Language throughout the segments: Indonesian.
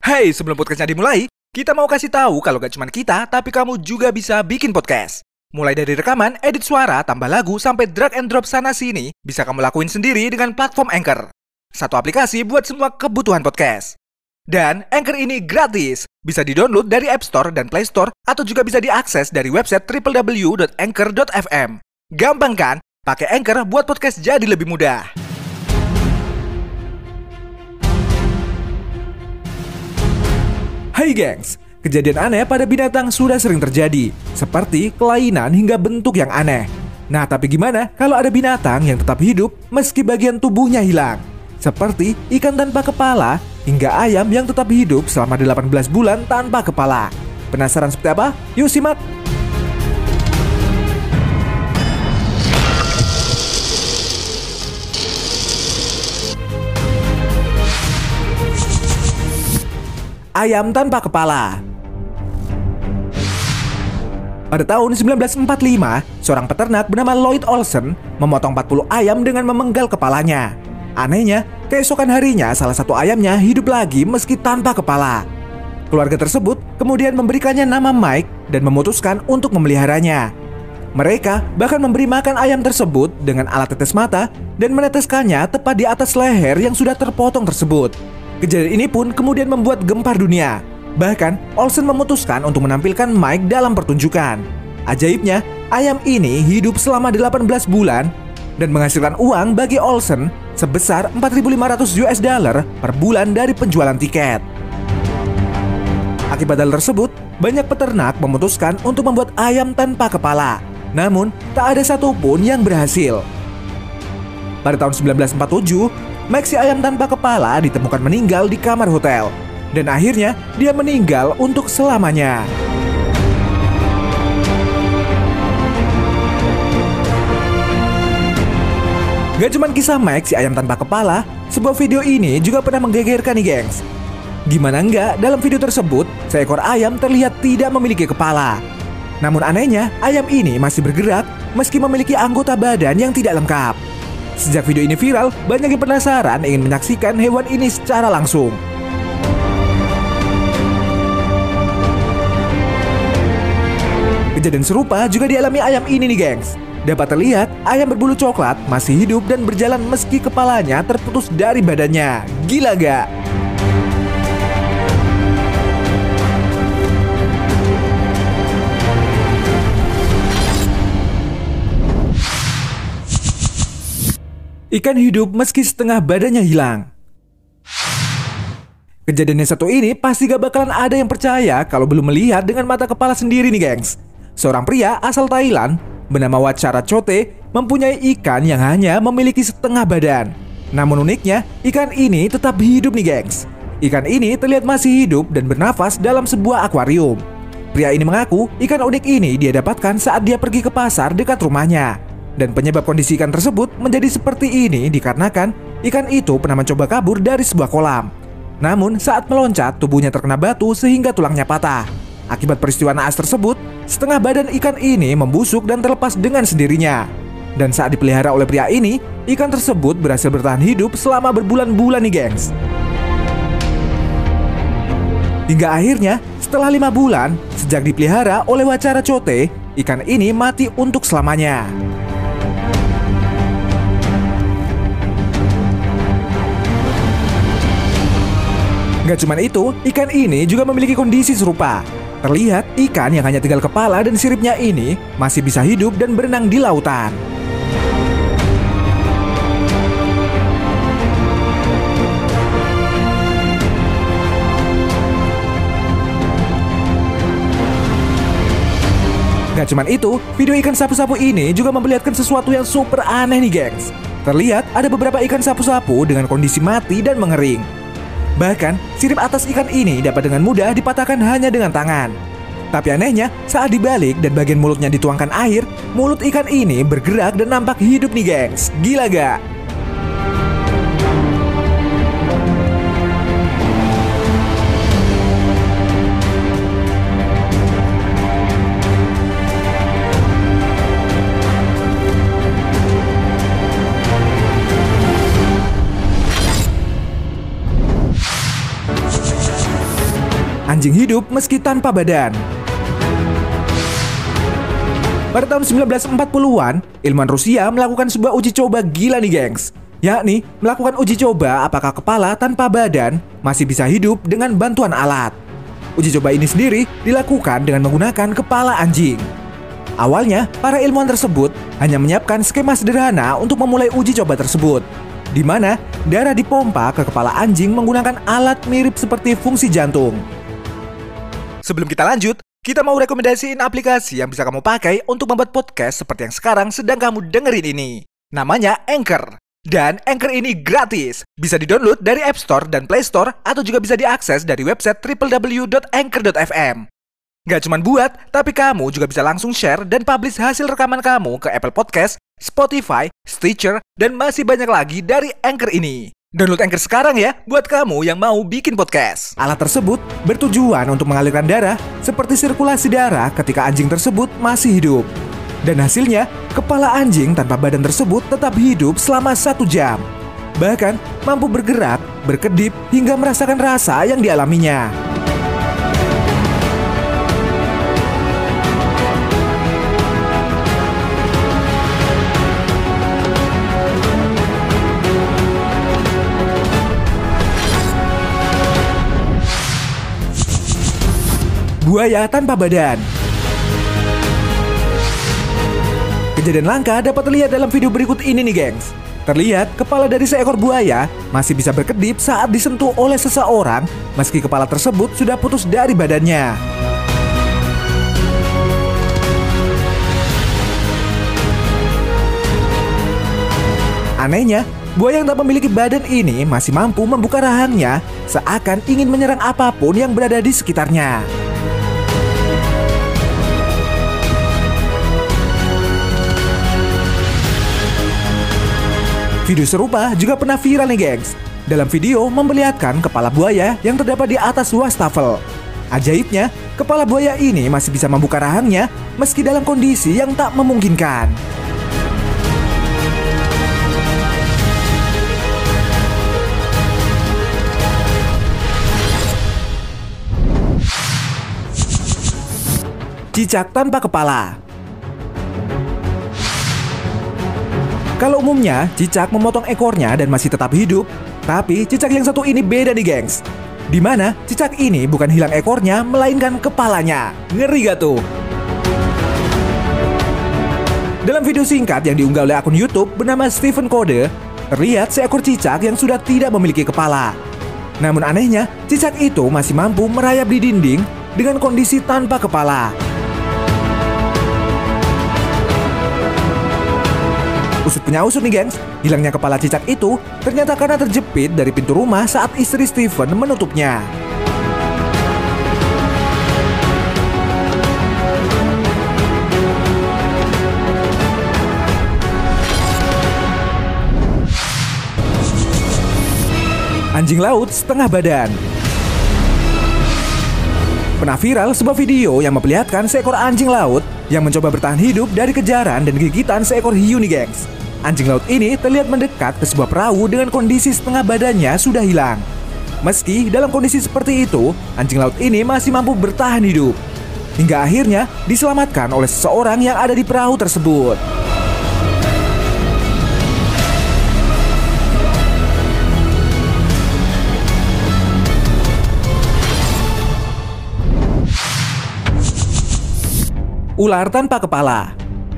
Hey, sebelum podcastnya dimulai, kita mau kasih tahu kalau gak cuma kita, tapi kamu juga bisa bikin podcast. Mulai dari rekaman, edit suara, tambah lagu, sampai drag and drop sana-sini, bisa kamu lakuin sendiri dengan platform Anchor. Satu aplikasi buat semua kebutuhan podcast. Dan Anchor ini gratis, bisa di-download dari App Store dan Play Store, atau juga bisa diakses dari website www.anchor.fm. Gampang kan? Pakai Anchor buat podcast jadi lebih mudah. Hai gengs, kejadian aneh pada binatang sudah sering terjadi, seperti kelainan hingga bentuk yang aneh. Nah, tapi gimana kalau ada binatang yang tetap hidup meski bagian tubuhnya hilang? Seperti ikan tanpa kepala hingga ayam yang tetap hidup selama 18 bulan tanpa kepala. Penasaran seperti apa? Yuk simak! Ayam tanpa kepala. Pada tahun 1945, seorang peternak bernama Lloyd Olsen memotong 40 ayam dengan memenggal kepalanya. Anehnya, keesokan harinya salah satu ayamnya hidup lagi meski tanpa kepala. Keluarga tersebut kemudian memberikannya nama Mike dan memutuskan untuk memeliharanya. Mereka bahkan memberi makan ayam tersebut dengan alat tetes mata dan meneteskannya tepat di atas leher yang sudah terpotong tersebut. Kejadian ini pun kemudian membuat gempar dunia. Bahkan, Olsen memutuskan untuk menampilkan Mike dalam pertunjukan. Ajaibnya, ayam ini hidup selama 18 bulan dan menghasilkan uang bagi Olsen sebesar $4.500 per bulan dari penjualan tiket. Akibat hal tersebut, banyak peternak memutuskan untuk membuat ayam tanpa kepala. Namun, tak ada satupun yang berhasil. Pada tahun 1947, Mike si ayam tanpa kepala ditemukan meninggal di kamar hotel. Dan akhirnya dia meninggal untuk selamanya. Gak cuma kisah Mike si ayam tanpa kepala, sebuah video ini juga pernah menggegerkan nih gengs. Gimana enggak, dalam video tersebut seekor ayam terlihat tidak memiliki kepala. Namun anehnya, ayam ini masih bergerak meski memiliki anggota badan yang tidak lengkap. Sejak video ini viral, banyak yang penasaran ingin menyaksikan hewan ini secara langsung. Kejadian serupa juga dialami ayam ini nih gengs. Dapat terlihat, ayam berbulu coklat masih hidup dan berjalan meski kepalanya terputus dari badannya. Gila gak? Ikan hidup meski setengah badannya hilang. Kejadian yang satu ini pasti gak bakalan ada yang percaya kalau belum melihat dengan mata kepala sendiri nih gengs. Seorang pria asal Thailand bernama Wacharatchote mempunyai ikan yang hanya memiliki setengah badan. Namun uniknya, ikan ini tetap hidup nih gengs. Ikan ini terlihat masih hidup dan bernafas dalam sebuah akuarium. Pria ini mengaku ikan unik ini dia dapatkan saat dia pergi ke pasar dekat rumahnya. Dan penyebab kondisi ikan tersebut menjadi seperti ini dikarenakan ikan itu pernah mencoba kabur dari sebuah kolam. Namun saat meloncat tubuhnya terkena batu sehingga tulangnya patah. Akibat peristiwa naas tersebut, setengah badan ikan ini membusuk dan terlepas dengan sendirinya. Dan saat dipelihara oleh pria ini, ikan tersebut berhasil bertahan hidup selama berbulan-bulan nih gengs. Hingga akhirnya setelah 5 bulan sejak dipelihara oleh Wacharatchote, ikan ini mati untuk selamanya. Gak cuma itu, ikan ini juga memiliki kondisi serupa. Terlihat ikan yang hanya tinggal kepala dan siripnya ini masih bisa hidup dan berenang di lautan. Gak cuma itu, video ikan sapu-sapu ini juga memperlihatkan sesuatu yang super aneh nih gengs. Terlihat ada beberapa ikan sapu-sapu dengan kondisi mati dan mengering. Bahkan, sirip atas ikan ini dapat dengan mudah dipatahkan hanya dengan tangan. Tapi anehnya, saat dibalik dan bagian mulutnya dituangkan air, mulut ikan ini bergerak dan nampak hidup nih gengs. Gila gak? Anjing hidup meski tanpa badan. Pada tahun 1940-an, ilmuwan Rusia melakukan sebuah uji coba gila nih gengs, yakni melakukan uji coba apakah kepala tanpa badan masih bisa hidup dengan bantuan alat. Uji coba ini sendiri dilakukan dengan menggunakan kepala anjing. Awalnya, para ilmuwan tersebut hanya menyiapkan skema sederhana untuk memulai uji coba tersebut, di mana darah dipompa ke kepala anjing menggunakan alat mirip seperti fungsi jantung. Sebelum kita lanjut, kita mau rekomendasiin aplikasi yang bisa kamu pakai untuk membuat podcast seperti yang sekarang sedang kamu dengerin ini. Namanya Anchor. Dan Anchor ini gratis. Bisa di-download dari App Store dan Play Store atau juga bisa diakses dari website www.anchor.fm. Gak cuma buat, tapi kamu juga bisa langsung share dan publish hasil rekaman kamu ke Apple Podcast, Spotify, Stitcher, dan masih banyak lagi dari Anchor ini. Download Anchor sekarang ya, buat kamu yang mau bikin podcast. Alat tersebut bertujuan untuk mengalirkan darah seperti sirkulasi darah ketika anjing tersebut masih hidup. Dan hasilnya, kepala anjing tanpa badan tersebut tetap hidup selama 1 jam. Bahkan mampu bergerak, berkedip, hingga merasakan rasa yang dialaminya. Buaya tanpa badan. Kejadian langka dapat terlihat dalam video berikut ini nih gengs. Terlihat kepala dari seekor buaya masih bisa berkedip saat disentuh oleh seseorang meski kepala tersebut sudah putus dari badannya. Anehnya, buaya yang tak memiliki badan ini masih mampu membuka rahangnya seakan ingin menyerang apapun yang berada di sekitarnya. Video serupa juga pernah viral nih gengs. Dalam video memperlihatkan kepala buaya yang terdapat di atas wastafel. Ajaibnya, kepala buaya ini masih bisa membuka rahangnya meski dalam kondisi yang tak memungkinkan. Cicak tanpa kepala. Kalau umumnya, cicak memotong ekornya dan masih tetap hidup. Tapi cicak yang satu ini beda nih gengs. Dimana cicak ini bukan hilang ekornya, melainkan kepalanya. Ngeri gak tuh? Dalam video singkat yang diunggah oleh akun YouTube bernama Stephen Code, terlihat seekor cicak yang sudah tidak memiliki kepala. Namun anehnya, cicak itu masih mampu merayap di dinding dengan kondisi tanpa kepala. Usut punya usut nih gengs, hilangnya kepala cicak itu ternyata karena terjepit dari pintu rumah saat istri Stephen menutupnya. Anjing laut setengah badan. Pernah viral sebuah video yang memperlihatkan seekor anjing laut yang mencoba bertahan hidup dari kejaran dan gigitan seekor hiu nih gengs. Anjing laut ini terlihat mendekat ke sebuah perahu dengan kondisi setengah badannya sudah hilang. Meski dalam kondisi seperti itu, anjing laut ini masih mampu bertahan hidup. Hingga akhirnya diselamatkan oleh seseorang yang ada di perahu tersebut. Ular tanpa kepala.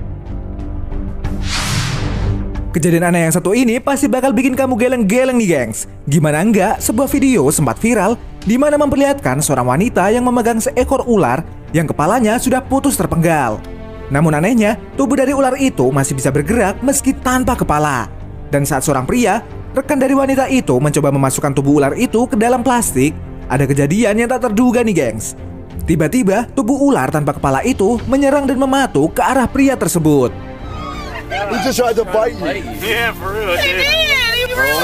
Kejadian aneh yang satu ini pasti bakal bikin kamu geleng-geleng nih gengs. Gimana enggak, sebuah video sempat viral di mana memperlihatkan seorang wanita yang memegang seekor ular yang kepalanya sudah putus terpenggal. Namun anehnya, tubuh dari ular itu masih bisa bergerak meski tanpa kepala. Dan saat seorang pria, rekan dari wanita itu mencoba memasukkan tubuh ular itu ke dalam plastik, ada kejadian yang tak terduga nih gengs. Tiba-tiba, tubuh ular tanpa kepala itu menyerang dan mematuk ke arah pria tersebut. He just tried to bite you. Yeah, for real. He Dude. did. He really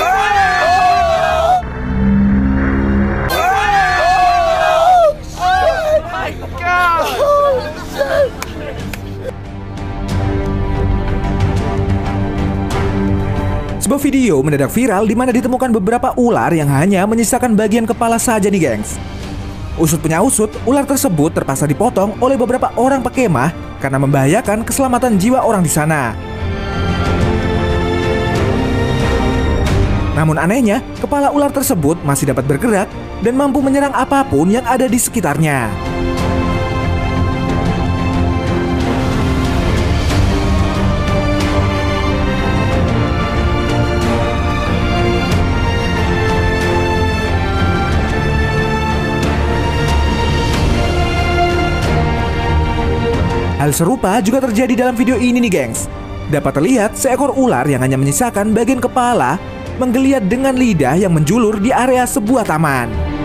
Oh my God. Holy shit. Sebuah video mendadak viral di mana ditemukan beberapa ular yang hanya menyisakan bagian kepala saja nih gengs. Usut punya usut, ular tersebut terpaksa dipotong oleh beberapa orang pekemah karena membahayakan keselamatan jiwa orang di sana. Namun anehnya, kepala ular tersebut masih dapat bergerak dan mampu menyerang apapun yang ada di sekitarnya. Hal serupa juga terjadi dalam video ini nih gengs. Dapat terlihat seekor ular yang hanya menyisakan bagian kepala menggeliat dengan lidah yang menjulur di area sebuah taman.